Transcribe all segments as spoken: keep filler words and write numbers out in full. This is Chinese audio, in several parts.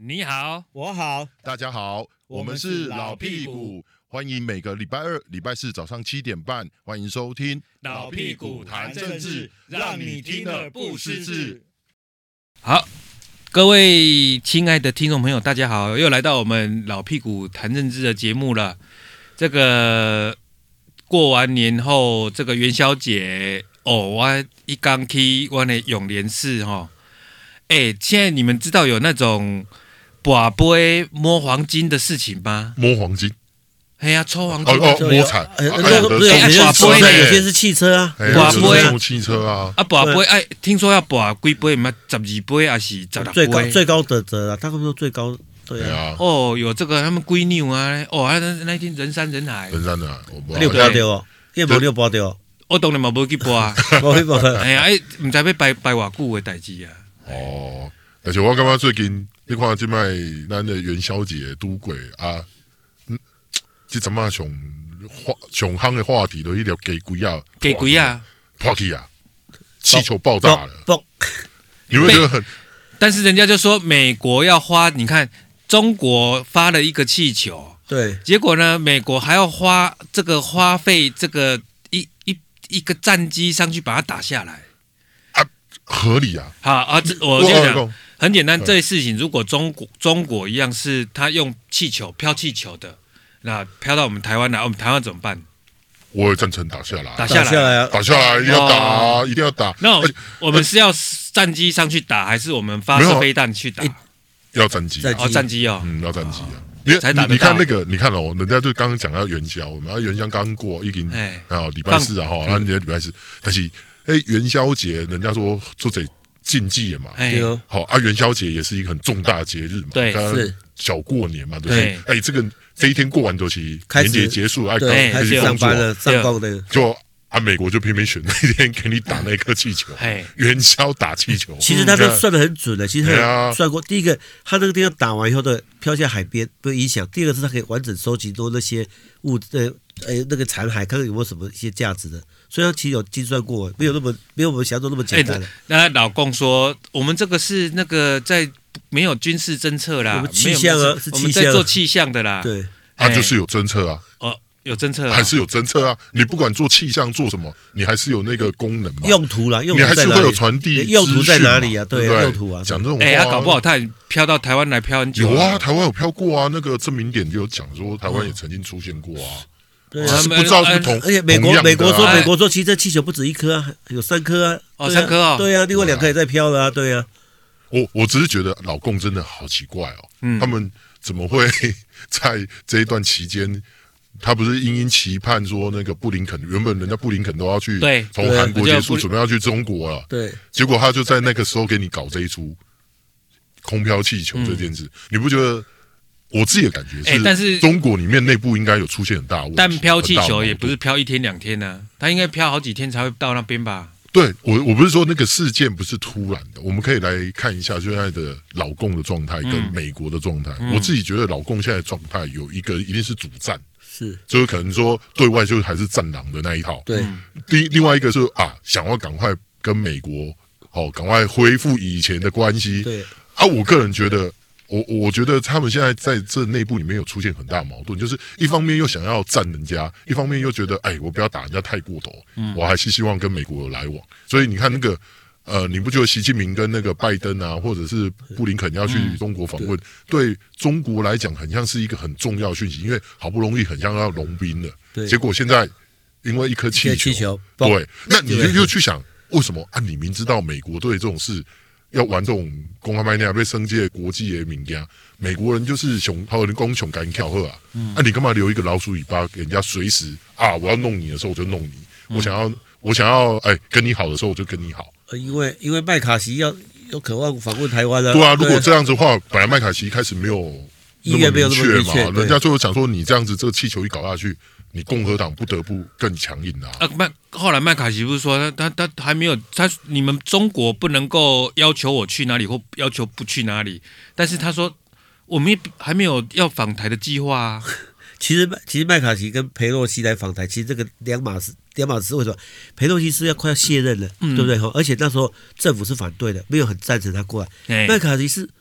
你好， 我好， 大家好，我们是老屁股，欢迎每个礼拜二、礼拜四早上七点半，欢迎收听老屁股谈政治，让你听了不失智。好，各位亲爱的听众朋友，大家好，又来到我们老屁股谈政治的节目了。这个过完年后，这个元宵节哦，我一刚去我的永联寺哈，哎，现在你们知道有那种拔杯摸黄金的事情吗？ 摸黄金， 哎呀，抽黄金， 哦哦，摸彩， 呃， 啊那个不是有哎些是拔杯有些是汽车啊， 哎拔杯有送汽车啊， 啊，拔杯哎，听说要拔几杯？嘛，十二杯还是十六最高杯？ 最高的折啊，他们说最高，对啊， 对啊， 哦，有这个他们龟牛啊，哦，那那天人山人海， 人山人海，我不知六道包掉哦，叶无六包掉哦， 我当然嘛无去拔啊， 无去包， 哎呀，哎，唔知要摆摆偌久的代志啊。 哦，而且我感觉最近你看这摆咱的元宵节都过啊，嗯，这怎么上话上夯的话题都一条鸡龟啊， 给鬼啊！ 破气啊，气球爆炸了， 爆， 你会觉得很但是人家就说美国要花，你看中国发了一个气球， 对， 结果呢，美国还要花这个花费这个一一一个战机上去把它打下来。 合理啊。 好啊，这我就讲我讲很简单，这些事情如果中国中国一样是他用气球飘气球的，那飘到我们台湾来，我们台湾怎么办？ 我也赞成打下来， 打下来。 打下来啊， 打下来一定要打啊， 哦一定要打。 那而且我们是要战机上去打，还是我们发射飞弹去打？ 要战机啊， 战哦，战机哦， 嗯，要战机啊。你才打得到你看那个，你看哦，人家就刚刚讲到元宵，我们元宵刚过，已经哎啊礼拜四啊哈，然后礼拜四，但是哎元宵节人家说做这禁忌的嘛， 哎对，哦， 好啊元宵节也是一个很重大的节日嘛， 对刚刚是小过年嘛，对不对对？哎，这个这一天过完周期， 开始年节结束，哎， 对， 哎开始开始工作上班了，上工的。 就啊美国就偏偏选那一天给你打那颗气球， 哎， 元宵打气球， 其实他都算得很准的，其实他对啊有算过。第一个，他那个地方打完以后的飘下海边不会影响；第二个是他可以完整收集多那些物呃呃那个残骸，看看有没有什么一些价值的。所以他其实有计算过，没有那么没有我们想象中那么简单的。 那老公说，我们这个是那个在没有军事侦测啦， 我们气象啊没有是我们气象啊在做气象的啦。， 对， 啊就是有侦测啊。 哦，有侦测啊， 还是有侦测啊，你不管做气象做什么，你还是有那个功能嘛， 用途啦，用你途在哪里？ 还是会有传递用途在哪里啊？对啊， 资讯嘛对不对用途啊， 讲这种话啊， 哎，他搞不好他也飘到台湾来飘很久。 有啊，台湾有飘过啊，那个证明点就有讲说台湾也曾经出现过啊， 对啊只是不知道是不是同， 而且美同样的啊国美国说哎美国说，其实这气球不止一颗啊，有三颗啊。 哦对啊三颗哦对啊，另外两颗也在飘了啊，对啊。 我我只是觉得老共真的好奇怪哦， 嗯他们怎么会在这一段期间？他不是殷殷期盼说那个布林肯，原本人家布林肯都要去对从韩国结束， 对准备要去中国了， 对， 结果他就在那个时候给你搞这一出空飘气球这件事，你不觉得？我自己的感觉是， 哎但是中国里面内部应该有出现很大的问题。 但飘气很大的矛盾球也不是飘一天两天呢、啊，它应该飘好几天才会到那边吧？ 对我，我不是说那个事件不是突然的，我们可以来看一下现在的老共的状态跟美国的状态。 嗯我自己觉得老共现在的状态有一个一定是主战， 是， 就是可能说对外就是还是战狼的那一套。 对， 另另外一个是啊，想要赶快跟美国好、哦、赶快恢复以前的关系。 对， 啊，我个人觉得。我我觉得他们现在在这内部里面有出现很大的矛盾，就是一方面又想要占人家，一方面又觉得哎，我不要打人家太过头，嗯、我还是希望跟美国有来往。所以你看那个呃，你不觉得习近平跟那个拜登啊，或者是布林肯要去中国访问，嗯、对中国来讲很像是一个很重要的讯息，因为好不容易很像要融冰了， 对， 结果现在因为一颗气球， 气球， 对，那你就又去想为什么啊？你明知道美国对这种事。要玩这种公开卖那被升级国际的名家，美国人就是熊，还有人攻熊赶紧跳鹤啊！嗯、啊，你干嘛留一个老鼠尾巴给人家随时啊？我要弄你的时候我就弄你，嗯、我想要我想要哎跟你好的时候我就跟你好。 因为因为麦卡锡要有渴望访问台湾啊。 对啊，如果这样子的话，本来麦卡锡一开始没有那么明确嘛，人家最后想说你这样子这个气球一搞下去。你共和党不得不更强硬啊！ 啊，麦后来麦卡锡不是说他他他还没有他你们中国不能够要求我去哪里或要求不去哪里，但是他说我们还没有要访台的计划啊。 其实其实麦卡锡跟裴洛西来访台，其实这个两码事两码事。为什么？裴洛西是要快要卸任了，嗯、对不对？而且那时候政府是反对的，没有很赞成他过来。麦卡锡是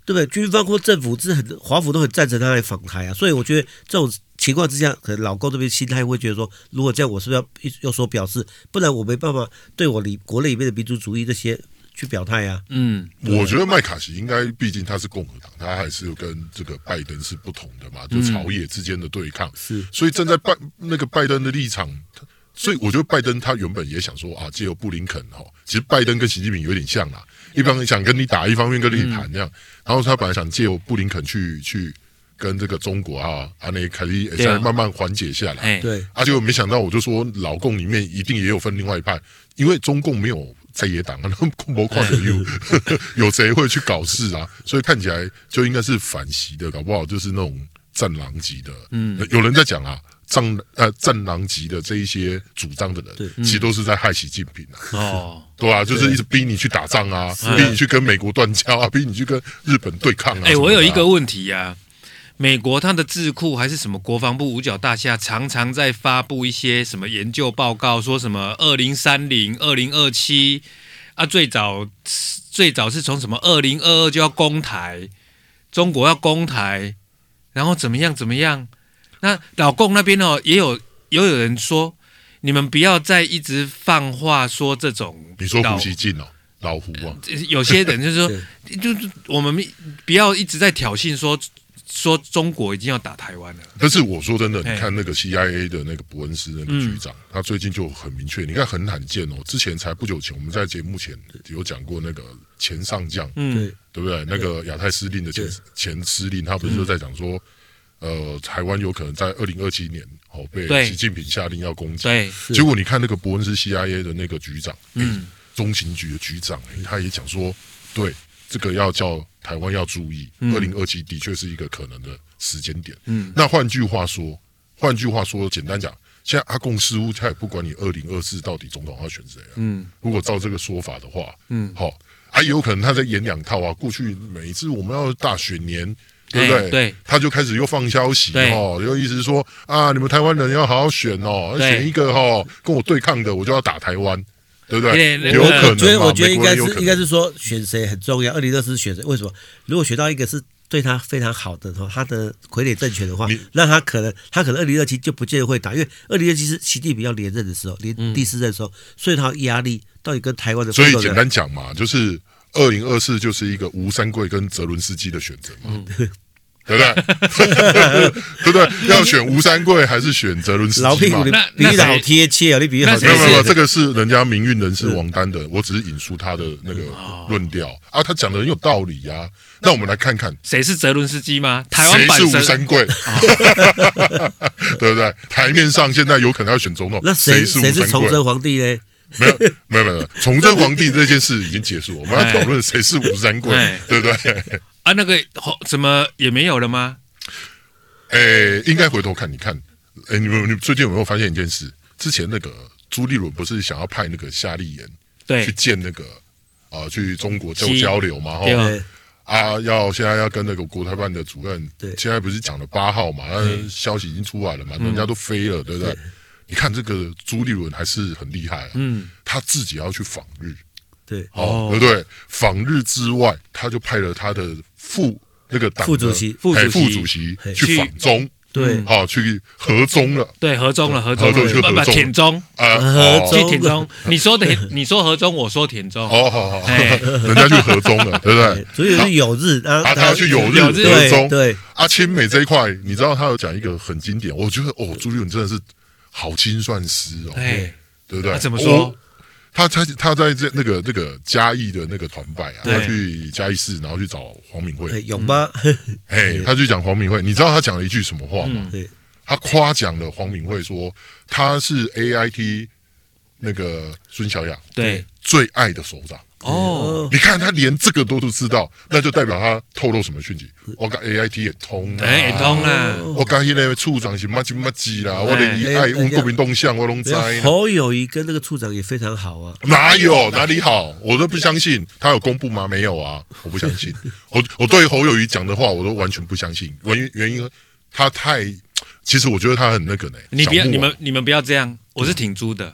对不对？军方或政府是很华府都很赞成他来访台啊，所以我觉得这种情况之下，可能老共这边心态会觉得说，如果这样，我是不是要有所表示？不然我没办法对我里国内里面的民族主义这些去表态啊。 嗯， 我觉得麦卡锡应该，毕竟他是共和党，他还是跟这个拜登是不同的嘛，就朝野之间的对抗。 是， 所以站在拜那个拜登的立场。所以我觉得拜登他原本也想说啊，借由布林肯哈，其实拜登跟习近平有点像啦，一方面想跟你打，一方面跟你谈这样。然后他本来想借由布林肯去去跟这个中国啊，啊那可以现在慢慢缓解下来。 对， 啊，结果没想到我就说老共里面一定也有分另外一派，因为中共没有在野党，没看到有有谁会去搞事啊，所以看起来就应该是反习的，搞不好就是那种战狼级的。嗯，有人在讲啊。战呃战狼级的这一些主张的人，其实都是在害习近平啊。哦，对啊，就是一直逼你去打仗啊，逼你去跟美国断交啊，逼你去跟日本对抗啊。 哎、欸，我有一个问题呀、啊，美国它的智库还是什么国防部五角大厦，常常在发布一些什么研究报告，说什么二零三零、二零二七啊，最早最早是从什么二零二二就要攻台，中国要攻台，然后怎么样怎么样。那老共那边哦，也有也有人说，你们不要再一直放话说这种。 你说胡锡进哦，老胡啊， 有些人就是说，就是我们不要一直在挑衅说说中国已经要打台湾了。 但是我说真的，你看那个 C I A 的那个伯恩斯那个局长，嗯、他最近就很明确，你看很罕见哦。之前才不久前，我们在节目前有讲过那个前上将，嗯，对不对？那个亚太司令的前前司令，他不是就在讲说。嗯呃，台湾有可能在二零二七年哦被习近平下令要攻击， 对， 结果你看那个伯恩斯 C I A 的那个局长，嗯，中情局的局长，他也讲说，对，这个要叫台湾要注意，二零二七的确是一个可能的时间点。嗯，那换句话说，换句话说，简单讲，现在阿共似乎他也不管你二零二四到底总统要选谁啊。嗯，如果照这个说法的话，嗯，好、哦，还、啊、有可能他在演两套啊。过去每一次我们要大选年。对不对？ 对， 他就开始又放消息哦，又意思说啊，你们台湾人要好好选哦，选一个哦跟我对抗的，我就要打台湾，对不对？有可能。 所以我觉得应该是应该是说选谁很重要。二零二四选谁？为什么？如果选到一个是对他非常好的他的傀儡政权的话，那他可能他可能二零二七就不见得会打，因为二零二七是习近平要连任的时候，连第四任的时候，所以他压力到底跟台湾的。 所以简单讲嘛，就是。二零二四就是一个吴三桂跟泽伦斯基的选择嘛，嗯、对不对？对不对？要选吴三桂还是选泽伦斯基嘛？ 老屁股，你比喻的好贴切啊！你比喻好贴切。 没有没有，这个是人家民运人士王丹的，我只是引述他的那个论调、哦、啊，他讲的很有道理呀、啊。那我们来看看， 谁是泽伦斯基吗？台湾版谁是吴三桂？哦、对不对？台面上现在有可能要选总统， 那谁是谁是崇祯皇帝呢？ 没有没有没有，崇祯皇帝这件事已经结束，我们要讨论谁是吴三桂，对不对？ 啊，那个怎么也没有了吗？ 诶，应该回头看，你看，诶，你们你最近有没有发现一件事？之前那个朱立伦不是想要派那个夏立言对去见那个啊、呃，去中国做交流嘛？哈啊，要现在要跟那个国台办的主任，对，现在不是讲了八号嘛？那消息已经出来了嘛？人家都飞了，对不对？对你看这个朱立伦还是很厉害啊，嗯，他自己要去访日， 对， 哦，对不对？访日之外，他就派了他的副那个党副主席、 副主席去访中， 对， 好、哦、去合中了， 对，合中了，合中了，去合中， 田中啊， 合去田中，你说的，你说合中，我说田中， 哦，好好，人家去合中了，对不对？ 所以是有日， 啊，他要去有日合中， 对，啊，亲美这一块，你知道他有讲一个很经典，我觉得哦，朱立伦真的是。好心算师哦，对不对？ 他怎么说？ 他他他在这那个那个嘉义的那个团拜啊，他去嘉义市，然后去找黄敏惠， 有吗？ 哎，他去讲黄敏惠，你知道他讲了一句什么话吗？ 对， 他夸奖了黄敏惠说他是 A I T 那个孙小雅对最爱的首长。 哦， 你看他连这个都都知道，那就代表他透露什么讯息？我跟 A I T 也通， 哎，通啦。 我跟那个处长是嘛鸡嘛鸡啦，我连爱问国民动向我都知。 侯友宜跟那个处长也非常好啊。 哪有哪里好？我都不相信。他有公布吗？没有啊，我不相信。我我对侯友宜讲的话，我都完全不相信。原因原因他太，其实我觉得他很那个呢。 你不要，你们你们不要这样，我是挺猪的。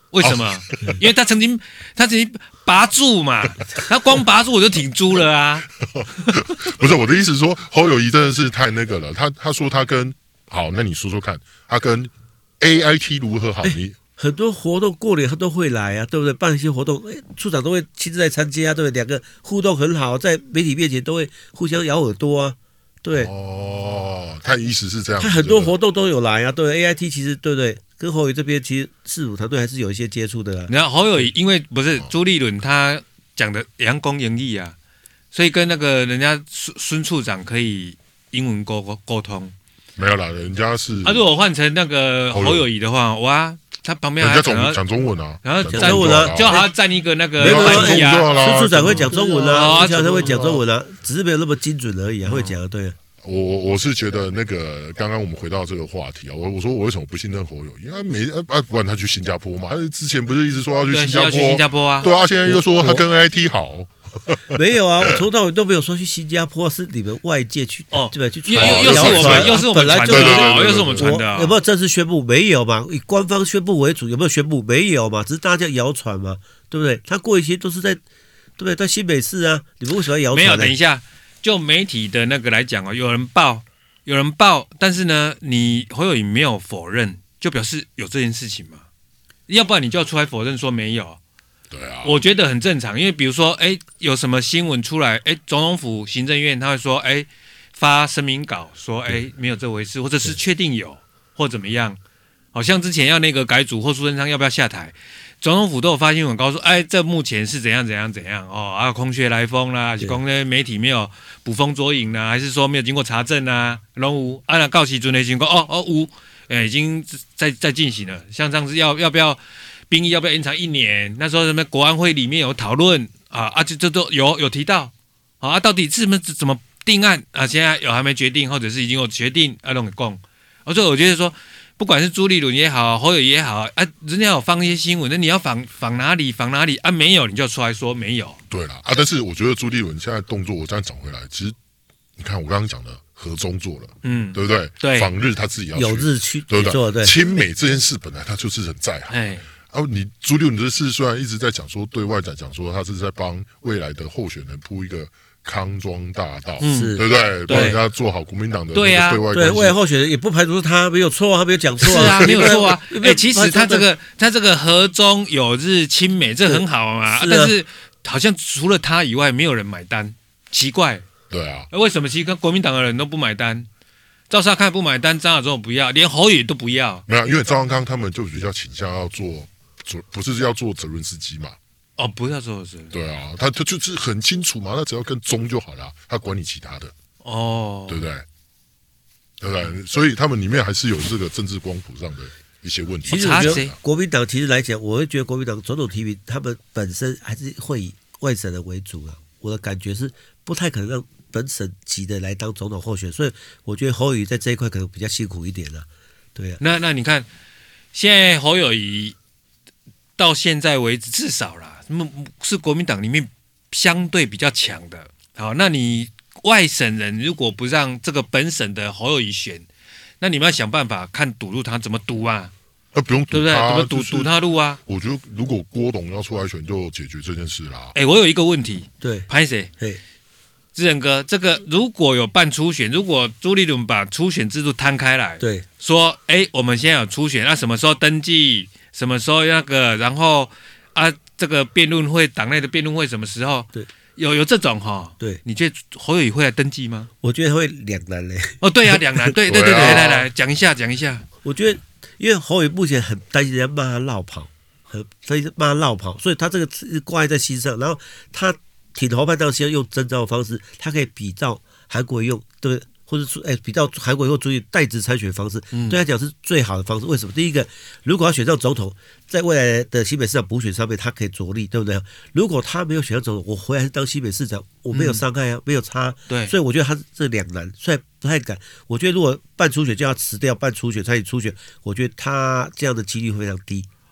为什么？哦、因为他曾经他曾经拔柱嘛，他光拔柱我就挺猪了啊。 不是我的意思是说，侯友宜真的是太那个了。他他说他跟好，那你说说看，他跟 A I T 如何好？欸、你很多活动过年他都会来啊，对不对？办一些活动，欸、处长都会亲自来参加，对不对？两个互动很好，在媒体面前都会互相咬耳朵啊，对。 哦，他意思是这样， 他很多活动都有来啊，对 A I T 其实对不对？跟侯友宜这边其实市府团队还是有一些接触的、啊。 然后侯友宜因为不是朱立伦他讲的阳公盈利啊，所以跟那个人家孙孙处长可以英文沟沟通。 没有啦，人家是。 啊，如果换成那个侯友宜的话，哇，他旁边还人家讲讲中文啊， 然后讲中文啊， 就他站一个那个翻译啊， 孙处长会讲中文啊，他会讲中文啊，只是没有那么精准而已啊，会讲对。 我我是觉得那个刚刚我们回到这个话题啊，我我说我为什么不信任侯友宜？因为没啊，不然他去新加坡嘛，他之前不是一直说要去新加坡， 新加坡啊， 对啊，现在又说他跟 A I T 好， 没有啊，我从到尾都没有说去新加坡，是你们外界去哦，对去传，又又是我们，又是我们传的，又是我们传的， 有没有正式宣布？没有嘛，以官方宣布为主，有没有宣布？没有嘛，只是大家谣传嘛，对不对？他过一些都是在，对不对？在新北市啊，你们为什么要谣传？ 没有，等一下，就媒体的那个来讲哦，有人报。有人报，但是呢，你侯友宜没有否认，就表示有这件事情嘛？要不然你就要出来否认说没有。 对啊， 我觉得很正常，因为比如说，哎，有什么新闻出来，哎，总统府行政院他会说，哎，发声明稿说，哎，没有这回事，或者是确定有，或怎么样？好像之前要那个改组或苏贞昌要不要下台？总统府都有发新闻告诉，哎，这目前是怎样怎样怎样哦，啊，空穴来风啦，是讲呢媒体没有捕风捉影啦，还是说没有经过查证啊？拢有啊，那告期准的情况，哦哦有，哎，已经在在进行了。像上次要要不要兵役要不要延长一年？那时候什么国安会里面有讨论啊啊，这这都有有提到啊，到底是怎怎么定案啊？现在有还没决定，或者是已经有决定啊？拢给讲，所以我觉得说。不管是朱立伦也好，侯友宜也好，啊，人家有放一些新闻，那你要仿仿哪里仿哪里啊？没有你就出来说没有。 对啦，啊，但是我觉得朱立伦现在动作，我这样讲回来，其实你看我刚刚讲的和中做了，嗯，对不对？ 对， 访日他自己要去有日去， 对不对？ 对， 亲美这件事本来他就是很在行。哎，啊，你朱立伦这事虽然一直在讲说对外在讲说他是在帮未来的候选人铺一个。康庄大道，嗯，对不对？帮人家做好国民党的对啊， 对外对未来候选人也不排除是他没有错啊，他没有讲错啊， 是啊，没有错啊。哎、欸，其实他这个他这个和中有日亲美，这很好嘛。是啊、但是好像除了他以外，没有人买单，奇怪。 对啊， 为什么其实国民党的人都不买单？赵少康不买单，张亚中不要，连侯友宜都不要。 没有，因为赵少康他们就比较倾向要做，不是要做泽伦斯基嘛。 哦，不要做是。 对啊，他他就是很清楚嘛，他只要跟中就好了，他管你其他的。哦，对不对？对不对？所以他们里面还是有这个政治光谱上的一些问题。 其实我觉得国民党其实来讲，我会觉得国民党总统提名，他们本身还是会以外省人为主啊。我的感觉是不太可能让本省籍的来当总统候选，所以我觉得侯友宜在这一块可能比较辛苦一点了。对啊， 那那你看，现在侯友宜到现在为止，至少啦。是国民党里面相对比较强的，好，那你外省人如果不让这个本省的侯友宜选，那你们要想办法看堵路他怎么堵啊？ 那不用堵他， 对不对？怎么堵、 就是、 堵他路啊？ 我觉得如果郭董要出来选，就解决这件事啦。 哎、欸，我有一个问题， 对， 拍谁？志仁哥，这个如果有办初选，如果朱立伦把初选制度摊开来， 对， 说，哎、欸，我们现在有初选，那什么时候登记？什么时候那个？然后啊。这个辩论会，党内的辩论会什么时候？ 对， 有有这种哈。 对， 你觉得侯友宜会来登记吗？ 我觉得会两难嘞。 哦，对啊，两难。对对对对，来来来，讲一下讲一下。 我觉得，因为侯友宜目前很担心人家骂他落跑，很担心骂他落跑，所以他这个是挂在心上。然后他挺侯派当先用征召的方式，他可以比照韩国用，对不对？或者说，哎，比较韩国以后注意代职参选方式，对他讲是最好的方式。为什么？第一个，如果他选上总统，在未来的新北市长补选上面，他可以着力，对不对？如果他没有选上总统，我回来当新北市长，我没有伤害啊，嗯、没有差。 对， 所以我觉得他这两难，所以不太敢。我觉得如果办初选就要辞掉办初选参与初选，我觉得他这样的几率非常低。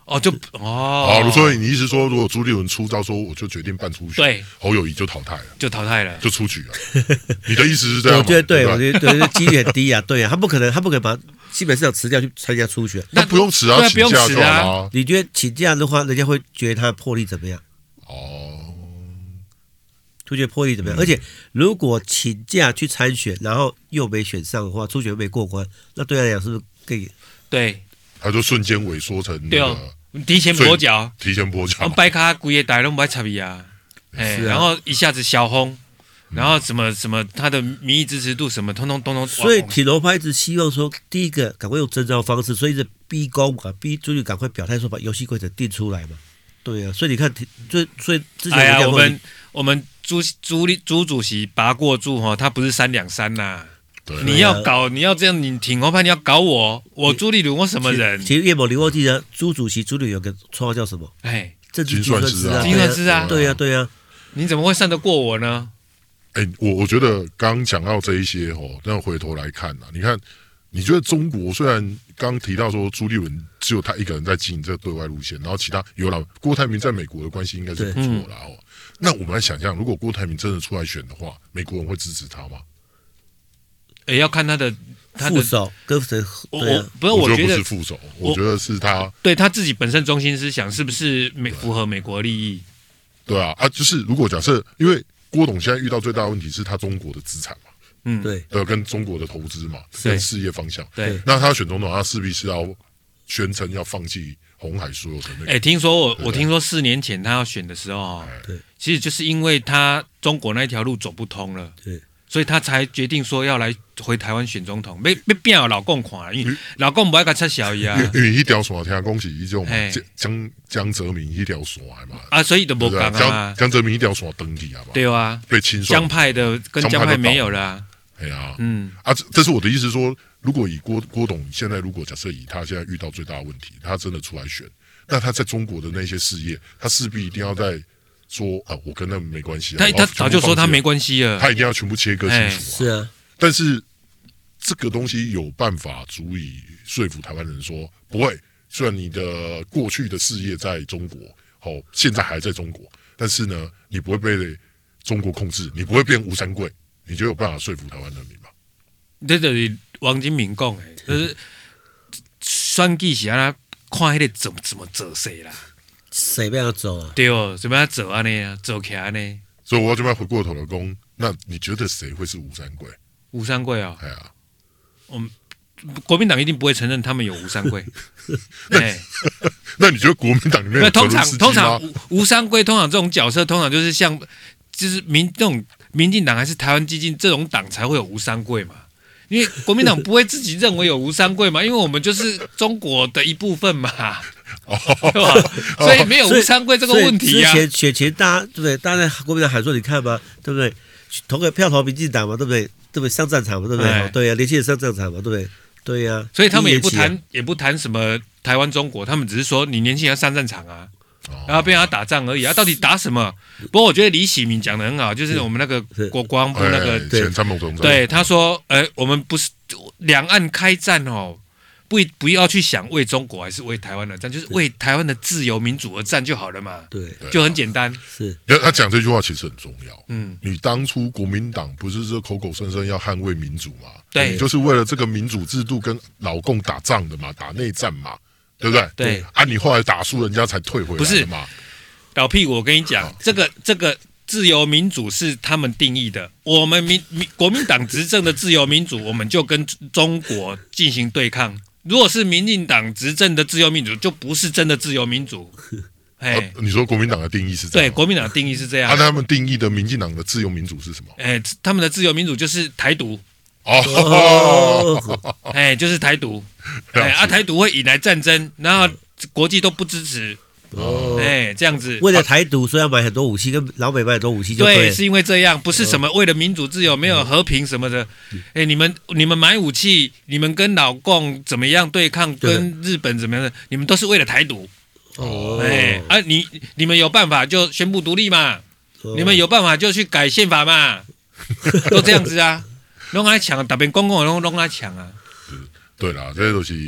哦，就哦， 好，所以你意思说，如果朱立伦出招说我就决定办初选， 对， 侯友宜就淘汰了， 就淘汰了， 就出局了。你的意思是这样吗？ 我觉得对， 对吧我觉得对，几率很低啊，对啊，他不可能，他不可能把基本上辞掉去参加初选。 那不用辞啊， 对啊请假就好不用辞啊了。 你觉得请假的话，人家会觉得他的魄力怎么样？ 哦， 会觉得魄力怎么样？而且如果请假去参选，然后又没选上的话，初选又没过关，那对他来讲是不是可以？ 对他就瞬间萎缩成那对哦个， 提前跛脚， 提前跛我脚。 摆卡规个台拢不爱插伊啊，哎， 是啊然后一下子小红，然后什么什么他的民意支持度什么，通通通通， 所以挺罗派一直希望说，第一个赶快用征召方式，所以一直逼宫啊，逼朱立赶快表态说把游戏规则定出来嘛。对啊，所以你看，所以所以之前哎呀， 人家会我们我们朱朱立朱主席拔过柱哈，他不是三两三呐。 对， 你要搞，你要这样，你挺侯派，你要搞我，我朱立伦，我什么人？ 其实叶某你忘记了，朱主席朱立有个绰号叫什么？ 哎， 政治精算师啊， 精算师啊， 对呀对呀。 你怎么会算得过我呢？ 哎，我我觉得刚刚讲到这一些哦，那回头来看呐、啊，你看，你觉得中国虽然刚刚提到说朱立伦只有他一个人在经营这个对外路线，然后其他有了郭台铭在美国的关系应该是不错啦哦。那我们来想象，如果郭台铭真的出来选的话，美国人会支持他吗？ 哎，要看他的他的副手跟谁？ 我对啊我不是， 我觉得我觉得不是副手，我觉得是他对他自己本身中心思想是不是美符合美国利益？ 对啊啊，就是如果假设，因为郭董现在遇到最大的问题是他中国的资产嘛， 嗯， 对呃，跟中国的投资嘛， 对跟事业方向， 对。 那他选总统，他势必是要宣称要放弃红海所有的那个， 哎，听说我对我听说四年前他要选的时候啊， 对， 其实就是因为他中国那条路走不通了， 对， 所以他才决定说要来回台湾选总统，被被变老共看，因为老共不爱甲撤销伊啊， 因为一条线听讲是一种嘛嘿江江江泽民一条线嘛， 啊，所以都无对不对？ 讲啊江，江泽民一条线登记啊嘛， 对啊， 被清算江，派的跟江派没有了啊， 哎呀， 嗯， 啊，这这是我的意思说，如果以郭郭董现在如果假设以他现在遇到最大的问题，他真的出来选，那他在中国的那些事业，他势必一定要在说啊，我跟他们没关系啊， 他他我要全部早就说他没放弃了关系了， 他一定要全部切割清哎楚啊。 是啊， 但是这个东西有办法足以说服台湾人说不会。虽然你的过去的事业在中国，好、哦，现在还在中国，但是呢，你不会被中国控制，你不会变吴三桂，你就有办法说服台湾人民吗？ 这就是王金明讲的，就是选举是安那看迄个怎么怎么做谁啦， 谁不要走啊？ 对哦，怎么样走安尼啊，走起来呢？ 所以我要这边回过头来讲，那你觉得谁会是吴三桂？ 吴三桂啊、 哎呀， 我们国民党一定不会承认他们有吴三桂。哎， 那你觉得国民党里面有那通泽伦斯基常通常吗吴吴三桂通常这种角色，通常就是像就是民这种民进党还是台湾基进这种党才会有吴三桂嘛。因为国民党不会自己认为有吴三桂嘛，因为我们就是中国的一部分嘛，对吧？所以没有吴三桂这个问题啊所以。之前选前大家对不对？大家在国民党喊说，你看吧，对不对？投个票投民进党嘛，对不对？对不对？上战场嘛，对不对？ 哎对呀、啊，年轻人上战场嘛，对不对？对呀、啊， 所以他们也不一言起啊谈，也不谈什么台湾中国，他们只是说你年轻人要上战场啊， 哦然后被他打仗而已啊，到底打什么？不过我觉得李喜明讲的很好，就是我们那个是国国防部那个哎前参谋总长， 对，他说，呃，我们不是两岸开战哦，不不要去想为中国还是为台湾而战，就是为台湾的自由民主而战就好了嘛， 对， 就很简单。 是他他讲这句话其实很重要。 嗯， 你当初国民党不是这口口声声要捍卫民主嘛？ 对你就是为了这个民主制度跟老共打仗的嘛，打内战嘛，对不对？ 对啊，你后来打输人家才退回来不是的嘛。 老屁股，我跟你讲，这个这个自由民主是他们定义的，我们民民国民党执政的自由民主，我们就跟中国进行对抗。如果是民进党执政的自由民主，就不是真的自由民主。哎、 啊，你说国民党的定义是这样吗？ 对，国民党的定义是这样啊，。他们定义的民进党的自由民主是什么？ 哎、他们的自由民主就是台独， 哦， 哦， 哎、就是台独， 了解哎、啊，台独会引来战争，然后国际都不支持， 哦哎、这样子。 为了台独，所以要买很多武器，跟老美买很多武器就对， 对了。 是因为这样，不是什么为了民主自由，没有和平什么的。哎，你们你们买武器，你们跟老共怎么样对抗， 对跟日本怎么样的，你们都是为了台独。 哦， 哎，啊，你你们有办法就宣布独立嘛， 哦你们有办法就去改宪法嘛，都这样子啊，弄来抢，打边公共弄弄来抢啊。 对啦，这些都是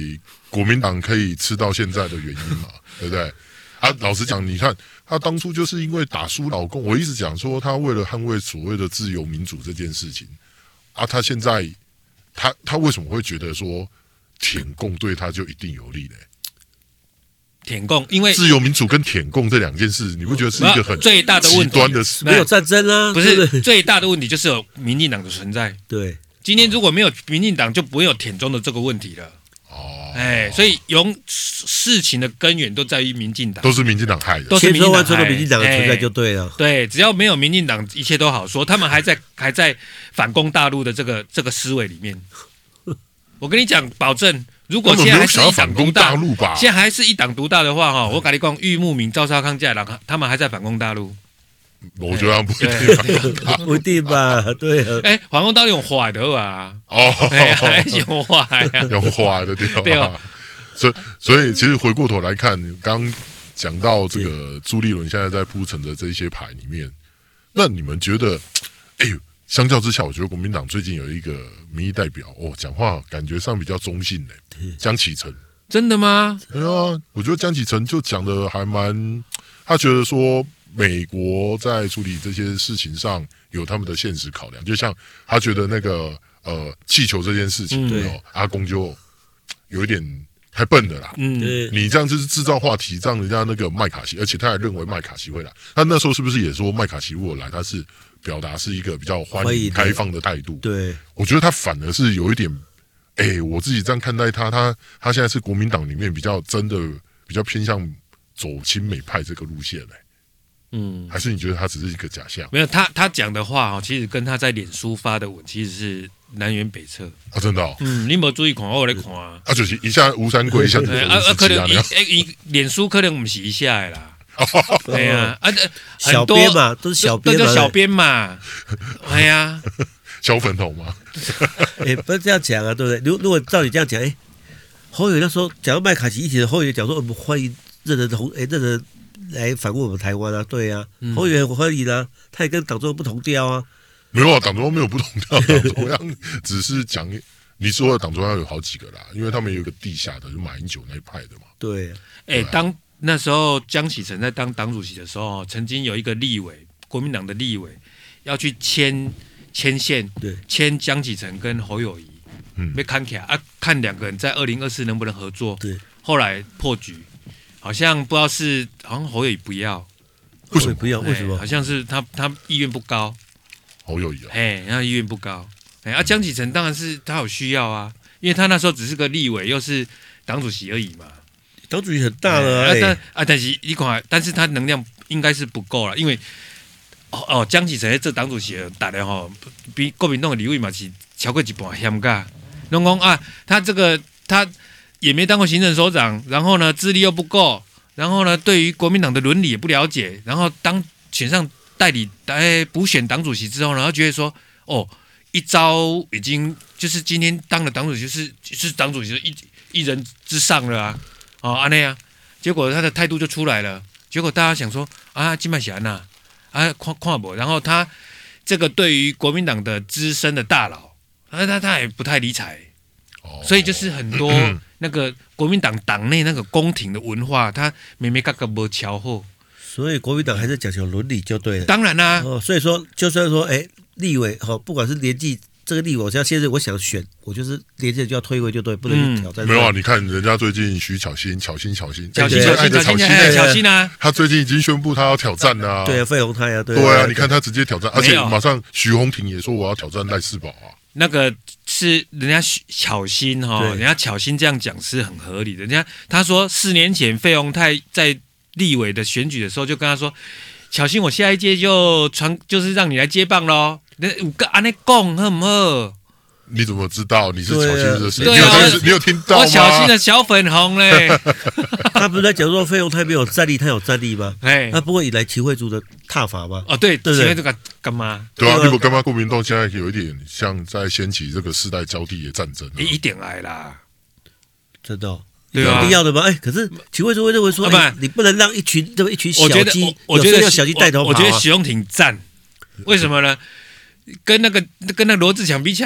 国民党可以吃到现在的原因嘛，对不对？啊，老实讲，你看他当初就是因为打输老共，我一直讲说他为了捍卫所谓的自由民主这件事情，啊，他现在他他为什么会觉得说舔共对他就一定有利呢？ 舔共，因为自由民主跟舔共这两件事，你不觉得是一个很最大的问题极端的事？ 没有战争啊， 不是最大的问题就是有民进党的存在。 对， 今天如果没有民进党，就不会有舔中的这个问题了。哦，哎，所以由事情的根源都在于民进党， 都是民进党害的， 都是民进党害的。 民进党的存在就对了。 对，只要没有民进党，一切都好说。他们还在还在反攻大陆的这个这个思维里面。我跟你讲，保证。如果现在还是一党独大，现在还是一党独大的话，哈，我跟你讲，郁慕明、赵少康这样，他们还在反攻大陆。 我觉得不一定， 不一定吧？对啊。 哎，反攻大陆用坏的啊， 哦， 还是用坏啊， 用坏的对吧？ 对啊。 所以，所以其实回过头来看，刚讲到这个朱立伦现在在铺陈的这些牌里面，那你们觉得，哎呦？相较之下，我觉得国民党最近有一个民意代表哦，讲话感觉上比较中性的江启臣。 真的吗？ 对啊，我觉得江启臣就讲的还蛮，他觉得说美国在处理这些事情上有他们的现实考量，就像他觉得那个呃气球这件事情，嗯、哦，阿公就有一点太笨了啦。嗯，你这样就是制造话题，让人家那个麦卡锡，而且他还认为麦卡锡会来。他那时候是不是也说麦卡锡如果来，他是？表达是一个比较欢迎开放的态度， 对， 我觉得他反而是有一点，哎、欸，我自己这样看待他，他他现在是国民党里面比较真的比较偏向走亲美派这个路线嘞、欸，嗯，还是你觉得他只是一个假象？ 没有，他他讲的话哦，其实跟他在脸书发的文其实是南辕北辙啊，真的、哦， 嗯，你没注意看，我在看啊， 啊，就是一下吴三桂，一下啊啊，可能一脸书可能不是一下的啦。对呀，啊， 小编嘛，都是小编， 都叫小编嘛，哎呀， 小粉红嘛， 哎，不是这样讲啊，对不对？如如果照你这样讲，哎，侯友宜那时候讲到麦卡锡议题的，侯友宜讲说我们欢迎任何同哎任何来反问我们台湾啊，对啊，嗯、侯友宜很欢迎啊，他也跟党中央不同调啊， 没有啊，党中央没有不同调，党中央只是讲你说的党中央有好几个啦，因为他们有一个地下的，就马英九那一派的嘛， 对， 哎，当。那时候江启臣在当党主席的时候，曾经有一个立委，国民党的立委要去牵牵线，牵江启臣跟侯友宜，嗯，被看起来啊，看两个人在二零二四能不能合作。 对， 后来破局，好像不知道是好像侯友宜不要， 为什么不要？为什么？ 好像是他他意愿不高。 侯友宜啊， 哎，他意愿不高。哎，啊，江启臣当然是他有需要啊，因为他那时候只是个立委，又是党主席而已嘛。 党主席很大了、欸， 啊但啊，但是你看，但是他能量应该是不够了，因为哦哦，江启臣这党主席打的吼，比国民党的立委嘛是超过一半险噶。拢讲啊，他这个他也没当过行政首长，然后呢资历又不够，然后呢对于国民党的伦理也不了解，然后当选上代理哎补选党主席之后呢，他觉得说哦一招已经就是今天当了党主席是是党主席的一一人之上了啊。哦，安内啊，结果他的态度就出来了。结果大家想说啊，金麦贤呐，啊，看看不，然后他这个对于国民党的资深的大佬，啊，他他也不太理睬，哦、所以就是很多那个国民党党内那个宫廷的文化，他每每嘎嘎没瞧好。 所以国民党还是讲求伦理就对了。 当然啦、啊， 哦，所以说就算说，哎，立委哈、哦，不管是年纪。这个立委，我像现在我想选，我就是连着就要退位就对，不能去挑战、嗯。 没有啊，你看人家最近徐巧芯，巧芯巧芯， 巧芯巧芯巧芯巧芯啊， 他最近已经宣布他要挑战啊。 对啊，费鸿泰啊，对。 对啊，你看他直接挑战，而且马上徐宏庭也说我要挑战赖世宝啊。 那个是人家巧芯哈，人家巧芯这样讲是很合理的。人家他说四年前费鸿泰在立委的选举的时候就跟他说，巧芯我下一届就传就是让你来接棒咯。那有个安尼讲好唔好？ 你怎么知道你是巧芯的事？ 对啊，你有你有听到吗？ 我巧芯的小粉红嘞， 他不是在讲说费鸿泰没有战力，他有战力吗？ 哎， 他不会引来秦惠珠的挞伐吗？ 哦，对，秦惠珠干干嘛？ 对啊，你不干嘛？国民党现在有一点像在掀起这个世代交替的战争、啊， 一点来啦， 真的、哦。 对啊， 一定要的吗？哎，可是秦惠珠会认为说，啊欸、你不能让一群这么一群小鸡， 我觉得要小鸡带头跑、啊。 我觉得徐荣挺赞，为什么呢？跟那个跟那罗志强比起来，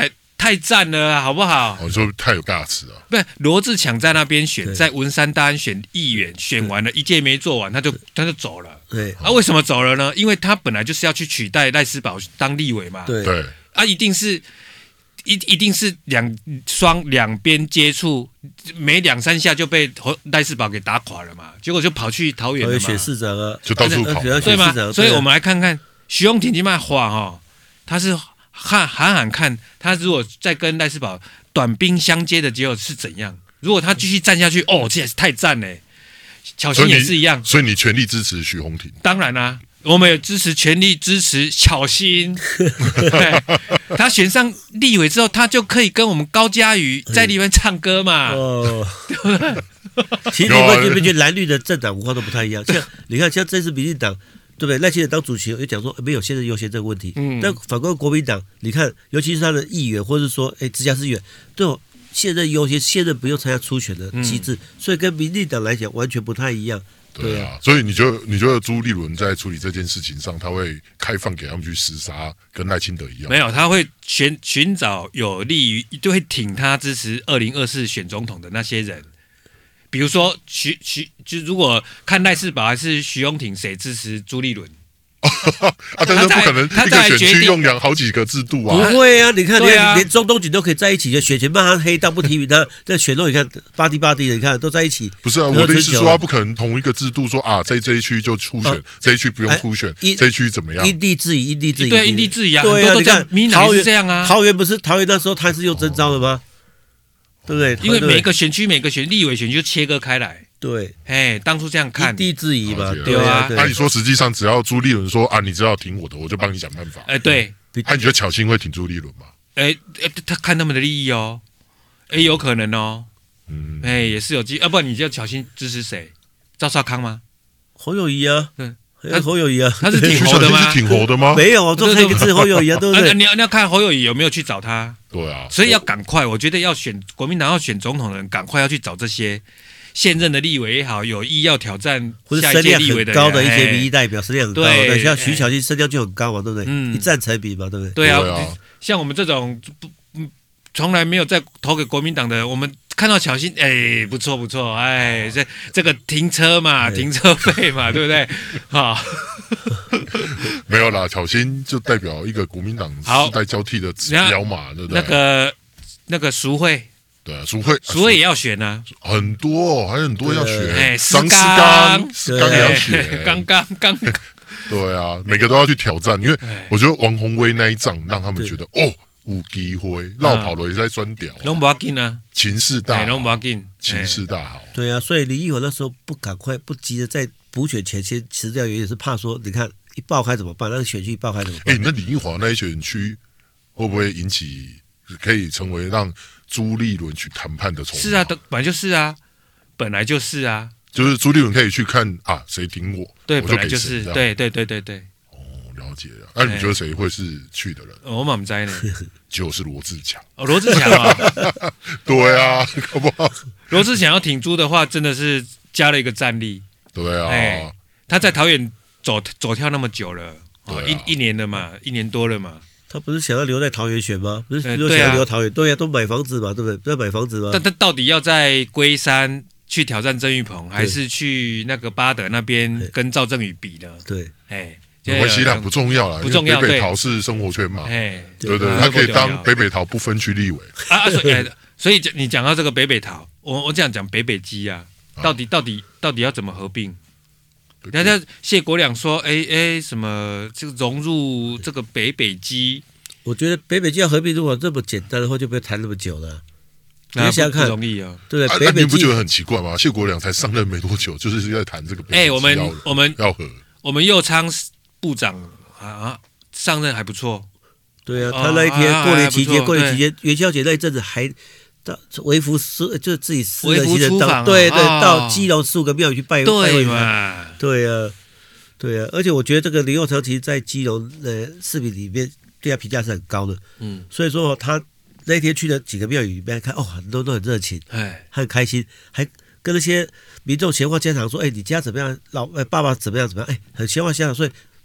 太赞了、啊，好不好？ 哦，你说太有大词啊！ 不是罗志强在那边选，在文山大安选议员，选完了一届没做完，他就他就走了。 对， 啊，为什么走了呢？因为他本来就是要去取代赖斯宝当立委嘛。 对对， 啊，一定是一一定是两双两边接触，没两三下就被赖世宝给打垮了嘛。结果就跑去桃园了嘛， 选市长啊， 就到处跑， 对吗？所以我们来看看徐永庭这卖话哈，他是喊喊喊看，他如果再跟赖世宝短兵相接的结果是怎样？如果他继续站下去，哦，这也是太赞嘞！巧芯也是一样， 所以你全力支持徐宏庭？ 当然啦、啊。我们也支持，全力支持巧芯。他选上立委之后，他就可以跟我们高嘉瑜在里面唱歌嘛。 哦，对不对？其实你们觉不觉得蓝绿的政党文化都不太一样？像你看，像这次民进党，对不对？赖清德当主席也讲说没有现任优先这个问题。嗯。但反观国民党，你看，尤其是他的议员，或者说哎直辖市议员，都有现任优先，现任不用参加初选的机制，嗯、所以跟民进党来讲完全不太一样。 对啊，所以你觉得你觉得朱立伦在处理这件事情上，他会开放给他们去厮杀，跟赖清德一样？ 没有，他会寻寻找有利于，就会挺他支持二零二四选总统的那些人。比如说徐徐，就如果看赖世宝还是徐永庭，谁支持朱立伦？ 啊，但是不可能一个选区用两好几个制度啊！ 不会啊，你看连、 啊、 连中东锦都可以在一起，就选前骂他黑道不提名他，在选后你看巴蒂巴蒂的，你看都在一起。 不是啊，我的意思是说，他不可能同一个制度说啊，在这一区就初选，啊、这一区不用初选，哎、这一区怎么样？ 因地制宜，因地制宜。 对，因地制宜啊， 对啊， 你看民党是这样啊。 桃园不是桃园那时候他是用征召的吗？哦、对不对？ 因为每个选区每个选立委选区就切割开来。 对， 哎，当初这样看， 因地制宜嘛， 对啊。 那你说实际上只要朱立伦说啊，你只要挺我的，我就帮你想办法。 哎，对。 那你觉得巧芯会挺朱立伦吗？ 哎，他看他们的利益哦，哎，有可能哦。嗯，哎，也是有机，要不然你叫巧芯支持谁？赵少康吗？ 侯友宜啊，对，他侯友宜啊， 他是挺侯的吗？ 是挺侯的吗？ 没有，做一个支持侯友宜啊，对不对？ 你要你要看侯友宜有没有去找他。 对啊， 所以要赶快，我觉得要选国民党要选总统的人，赶快要去找这些现任的立委也好，有意要挑战下一届立委的人， 高的一些民意代表，声量很高的，像徐巧芯声量就很高嘛，对不对？嗯，一战成名嘛，对不对？ 对啊，像我们这种不从来没有再投给国民党的，我们看到巧芯，哎，不错不错，哎，这这个停车嘛，停车费嘛，对不对？好， 没有啦，巧芯就代表一个国民党世代交替的指标嘛，对不对？ 那个那个赎会。 对啊，赎会赎会也要选啊， 很多，还有很多要选。 哎， 张思刚，思刚也要选， 刚刚刚。 对啊，每个都要去挑战，因为我觉得王宏威那一仗让他们觉得哦，有机会，绕跑了也在专屌。 拢不要紧啊， 情势大， 拢不要紧， 情势大好。 对啊，所以李义火那时候不赶快、不急的在补选前先辞掉，也是怕说，你看一爆开怎么办？那个选区一爆开怎么办？ 哎，那李义华那一选区会不会引起可以成为让朱立伦去谈判的筹码？ 是啊，本来就是啊，本来就是啊， 就是朱立伦可以去看啊，谁挺我， 对， 我本来就是，对对对对对。 哦，了解了。那、啊、你觉得谁会是去的人？ 我满不知呢， 就是罗志强。 哦，罗志强啊， 对啊，好不好？ 罗志强要挺朱的话，真的是加了一个战力。 对啊， 哎，他在桃园走走跳那么久了，哦啊、一一年了嘛，一年多了嘛。 他不是想要留在桃园选吗？不是说想要留桃园？对呀、啊，都买房子嘛，对不对？不要买房子吗？ 但他到底要在龟山去挑战郑运鹏，还是去那个巴德那边跟赵正宇比呢？ 对， 哎， 没关系啦，不重要啦， 不重要。 北北桃是生活圈嘛， 哎， 对对，他可以当北北桃不分区立委啊。所以，所以你讲到这个北北桃，我我这样讲北北基啊，到底到底到底要怎么合并？人家谢国良说：“哎哎，什么这个融入这个北北基？ 我觉得北北基要合并，如果这么简单的话，就不会谈那么久了。你想想看， 不容易啊， 对不对？ 啊、 北北基你不觉得很奇怪吗？谢国良才上任没多久，就是在谈这个北北基。哎， 我们我们要合， 我们右昌部长啊上任还不错。 对啊，他那一天过年期间，过年期间元宵节那一阵子还。”到微服私就是自己私人行人到，对对，到基隆十五个庙宇去拜拜会嘛，对啊，对啊，而且我觉得这个林右昌其实在基隆呃市民里面对他评价是很高的，嗯，所以说他那天去的几个庙宇里面看，哦，很多都很热情，哎，很开心，还跟那些民众闲话家常说，哎，你家怎么样，老呃爸爸怎么样怎么样，哎，很闲话家常，所以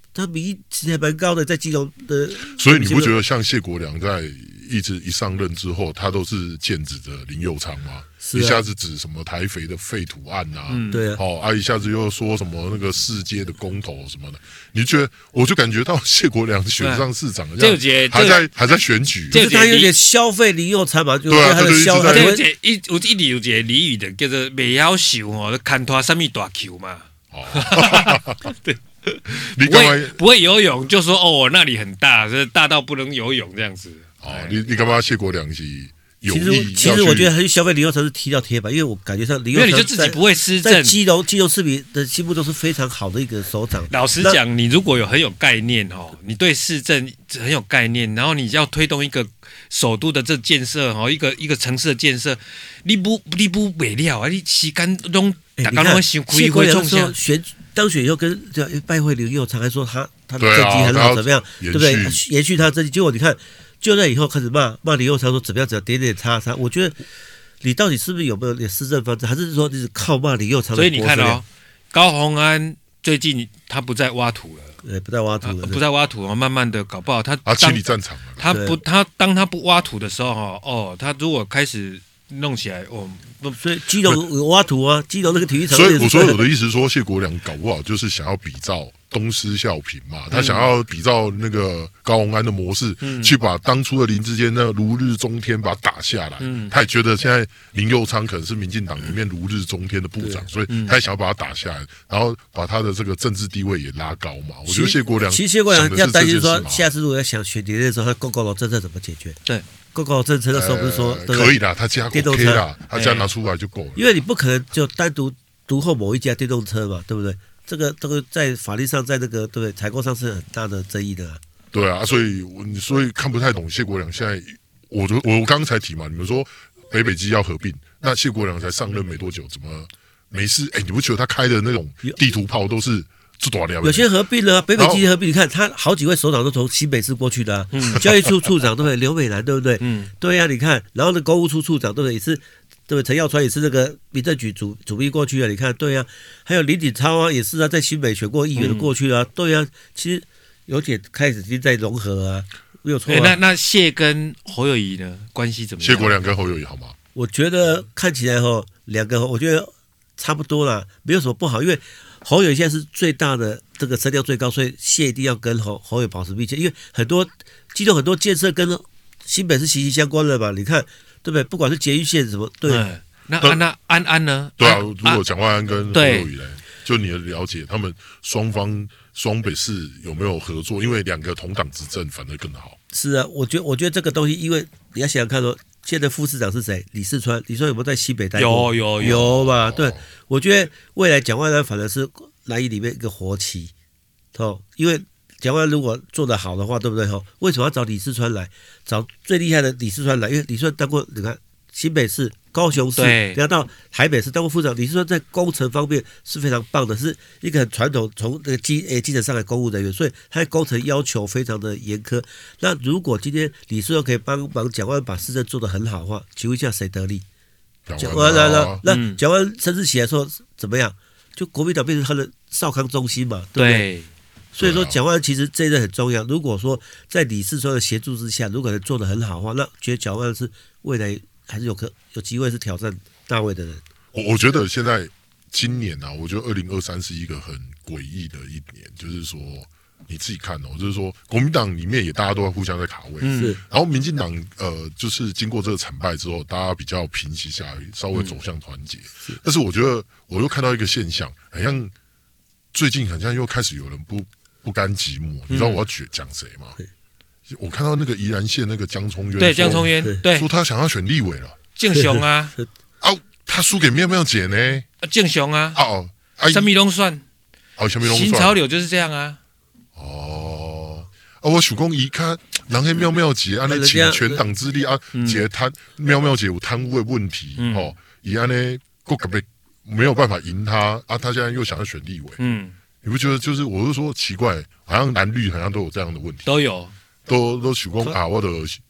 他民意其实还蛮高的，在基隆的。 所以你不觉得像谢国良在一直一上任之后，他都是剑指着林右昌吗？ 是啊、 一下子指什么台肥的废土案啊， 嗯、对啊， 哦啊，一下子又说什么那个世界的公投什么的，你觉得？我就感觉到谢国良选上市长， 这个还在还在选举， 就是他有点消费林右昌嘛，就对啊， 他的消费。 这个一有一里有一个俚语的叫做未晓受哦，看拖什么大球嘛。哦，对。 你不会不会游泳，就说哦，我那里很大，是大到不能游泳这样子。 哦，你你干嘛谢国良是有意？ 其实其实我觉得他去消费林右昌是踢到铁板，因为我感觉上林右昌因为你就自己不会施政， 在基隆基隆市民的心目中是非常好的一个首长。 老实讲，你如果有很有概念哦，你对市政很有概念，然后你要推动一个首都的这建设哦，一个一个城市的建设，你不你不未了啊，你时间都大家都想开会冲下选。当选以后跟拜会林右昌，还说他他的政绩很好，怎么样，对不对？延续他的政绩，结果你看，就在以后开始骂骂林右昌，说怎么样怎么样，点点叉叉。我觉得你到底是不是有没有点施政方针，还是说你是靠骂林右昌？ 所以你看哦，高虹安最近他不再挖土了， 对，不再挖土了， 不再挖土了，慢慢的搞不好他啊清理战场了。 他不他当他不挖土的时候哈，哦，他如果开始弄起来哦。 所以基隆有挖土啊，基隆那个体育场。 所以我说我的意思是说，谢国良搞不好就是想要比照东施效颦嘛，他想要比照那个高虹安的模式，嗯、去把当初的林智坚那如日中天把他打下来。嗯、他也觉得现在林右昌可能是民进党里面如日中天的部长，所以他也想要把他打下来，然后把他的这个政治地位也拉高嘛。我觉得谢国良其实谢国良要担心说，下次如果要想选连任的时候，他公共楼政策怎么解决？ 对。 公共政策的时候不是说、 呃、可以啦，他加电动车啦，他加拿出来就够了。 因为你不可能就单独独后某一家电动车嘛，对不对？这个这个在法律上，在那个对不对采购上是很大的争议的、啊。 对啊，所以所以看不太懂谢国良现在，我我刚才提嘛，你们说北北基要合并，那谢国良才上任没多久，怎么没事？哎，你不觉得他开的那种地图炮都是？ 有些合并了、啊，北北基合并，你看他好几位首长都从新北市过去的啊，嗯、教育处处长对不对？刘美兰对不对？嗯，对呀、啊，你看，然后呢，公务处处长对不对？也是对不对？陈耀川也是那个民政局主主秘过去啊，你看，对呀、啊，还有林锦超啊，也是啊，在新北选过议员的过去啊，嗯、对呀、啊，其实有点开始已经在融合啊，没有错、啊欸。那那谢跟侯友宜呢关系怎么样？ 谢国良跟侯友宜好吗？ 我觉得看起来哈，两个我觉得差不多啦，没有什么不好，因为。侯友现在是最大的这个声量最高，所以谢一定要跟侯侯友保持密切，因为很多基隆很多建设跟新北是息息相关的嘛。你看对不对？不管是捷运线什么，对。 嗯、那那那安安呢？ 对啊，如果蒋万安跟侯友宜呢，就你的了解，他们双方双北市有没有合作？因为两个同党执政反而更好。 是啊，我觉得我觉得这个东西，因为你要想想看说。现在副市长是谁？李四川，李四川有没有在西北待过？有有有有吧？对，我觉得未来蒋万安反而是蓝营里面一个活棋，哦，因为蒋万安如果做得好的话，对不对？哈，为什么要找李四川来？找最厉害的李四川来，因为李四川当过，你看新北市、高雄市，然后到台北市当过副市长。李四川在工程方面是非常棒的，是一个很传统从那个基诶基层上来公务人员，所以他的工程要求非常的严苛。那如果今天李四川可以帮忙蒋万安把市政做得很好的话，请问一下谁得利？蒋万安了，那蒋万安甚至起来说怎么样？就国民党变成他的少康中心嘛，对不对？ 对， 所以说蒋万安其实这一任很重要。如果说在李四川的协助之下，如果能做得很好的话，那觉得蒋万安是未来还是有可有机会是挑战大位的人。 我我觉得现在今年啊，我觉得二零二三是一个很诡异的一年，就是说你自己看哦，就是说国民党里面也大家都在互相在卡位， 嗯， 然后民进党呃，就是经过这个惨败之后，大家比较平息下来，稍微走向团结。嗯、但是我觉得我又看到一个现象，好像最近好像又开始有人不不甘寂寞，嗯、你知道我要讲谁吗？我看到那个宜兰县那个江聪渊， 对江聪渊，对， 说他想要选立委了， 敬雄啊， 啊，他输给妙妙姐呢， 敬雄啊， 哦， 什么拢算， 哦，什么拢算， 新潮流就是这样啊， 哦，啊，我想讲伊看，人迄妙妙姐安尼请全党之力啊，解贪妙妙姐有贪污的问题，嗯、哦，伊安尼国可被没有办法赢他啊，他现在又想要选立委，嗯，你不觉得就是我是说奇怪，好像蓝绿好像都有这样的问题， 都有。 都都想讲啊，我的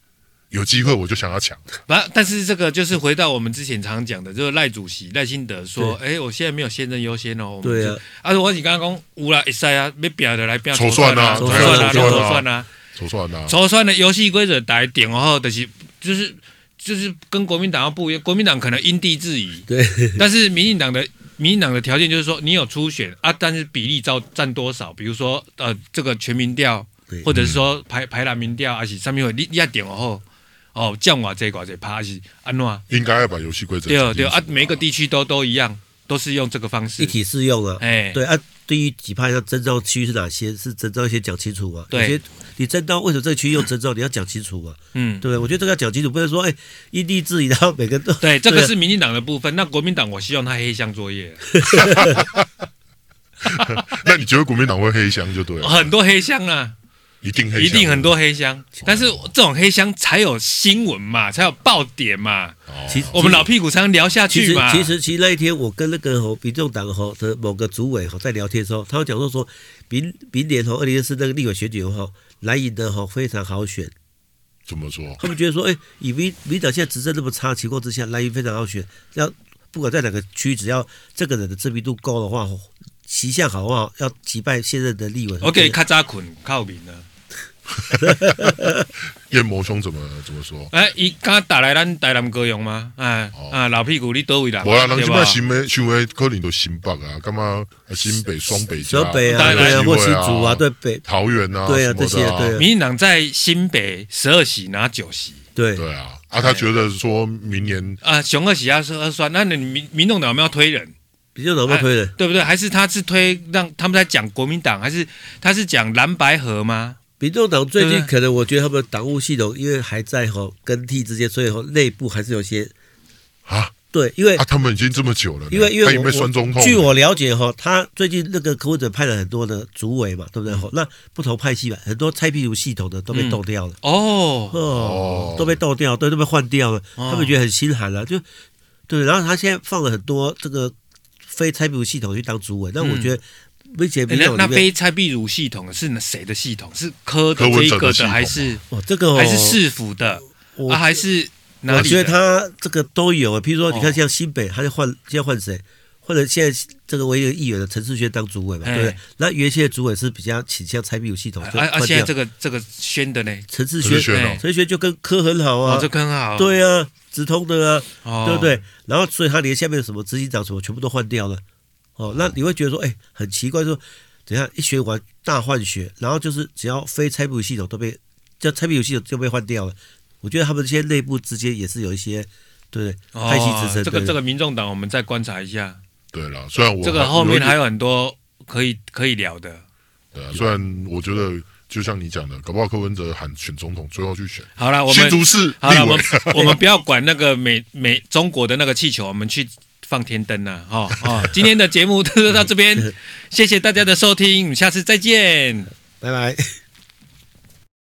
有机会我就想要抢。 但但是这个就是回到我们之前常常讲的，就是赖主席赖清德说，哎，我现在没有现任优先哦。 对啊， 啊，我是刚刚讲有啦，会使啊，要表的来表筹算啊， 筹算啊，筹算啊， 筹算啊， 筹算的游戏规则大家定好，就是就是就是跟国民党要不一样，国民党可能因地制宜， 对， 但是民进党的。民进党的条件就是说，你有初选啊，但是比例占占多少？比如说，呃，这个全民调，或者是说排排蓝民调，还是上面会你你要点往后，哦，降瓦这寡这趴，还是安怎？ 应该要把游戏规则对对啊，每个地区都都一样，都是用这个方式一体适用啊。 哎， 对啊，对于几派要征召区是哪些？是征召先讲清楚嘛。 对， 有些你征召为什么这个区用征召，你要讲清楚嘛。 嗯， 对，我觉得这个要讲清楚，不能说哎因地制宜，然后每个都对，这个是民进党的部分。那国民党，我希望他黑箱作业。 那你觉得国民党会黑箱就对了？ 很多黑箱啊。 一定黑箱， 一定很多黑箱，但是这种黑箱才有新闻嘛，才有爆点嘛。 哦、 其我们老屁股才能聊下去嘛。 其实其实其实那一天我跟那个吼民众党吼的某个主委吼在聊天的时候，他有讲说说明明年吼二零二四那个立委选举吼蓝营的吼非常好选。 怎么说？ 他们觉得说，哎、欸，以民民党现在执政那么差的情况之下，蓝营非常好选，要不管在哪个区，只要这个人的知名度高的话，形象好不好，要击败现任的立委。 我给卡扎捆靠名了。 燕魔兄怎么怎么说？ 哎，伊刚打来咱台南高雄吗？哎、哦、啊，老屁股你倒位啦？ 无啦，人即摆新的想的可能都新北啊，干嘛新北、双北、 双北啊，对啊，或新竹啊，对北桃园啊， 对啊，这些对。 民进党在新北十二席拿九席， 对对啊，啊，他觉得说明年啊，熊二席要是二算，那你民民众党有没有推人？ 民众党有没有推人、 哎？对不对？还是他是推让他们在讲国民党，还是他是讲蓝白合吗？ 民众党最近可能，我觉得他们党务系统因为还在哈更替之间，所以哈内部还是有些啊， 对，因为啊他们已经这么久了， 因为因为我酸中痛。 据我了解哈，他最近那个柯文哲派了很多的主委嘛，对不对？嗯、那不同派系嘛，很多蔡壁如系统的都被斗掉了， 嗯、哦哦，都被斗掉，对，都被换掉了，哦、他们觉得很心寒了、啊，就对。然后他现在放了很多这个非蔡壁如系统去当主委，那我觉得。嗯欸、那那非蔡壁如系统是谁的系统？是柯的这一个的，还是哦这个、哦、 还是市府的啊？还是哪里的？ 我觉得他这个都有啊。譬如说，你看像新北，他就换现在换谁？或者现在这个唯一的议员的陈世轩当主委嘛，欸、对不对？那原先的主委是比较倾向蔡壁如系统， 啊啊！现在这个这个宣的呢？ 陈世轩，陈世轩就跟柯很好啊， 哦、这柯很好， 对啊，直通的啊， 哦、 对不对？然后所以他连下面的什么执行长什么全部都换掉了。哦，那你会觉得说，哎、欸，很奇怪说。等一下一选完大换血，然后就是只要非蔡壁如系统都被，叫蔡壁如系统就被换掉了。我觉得他们这些内部之间也是有一些对派系之争。 这个这个民众党我们再观察一下。 对了，虽然我这个后面还有很多可以可以聊的。 对啊，虽然我觉得就像你讲的，搞不好柯文哲喊选总统，最后去选。 好了，我们新竹市好了，我们我们不要管那个美美中国的那个气球，我们去。放天灯了、啊，哦哦，今天的节目就到这边，谢谢大家的收听，下次再见， 拜拜。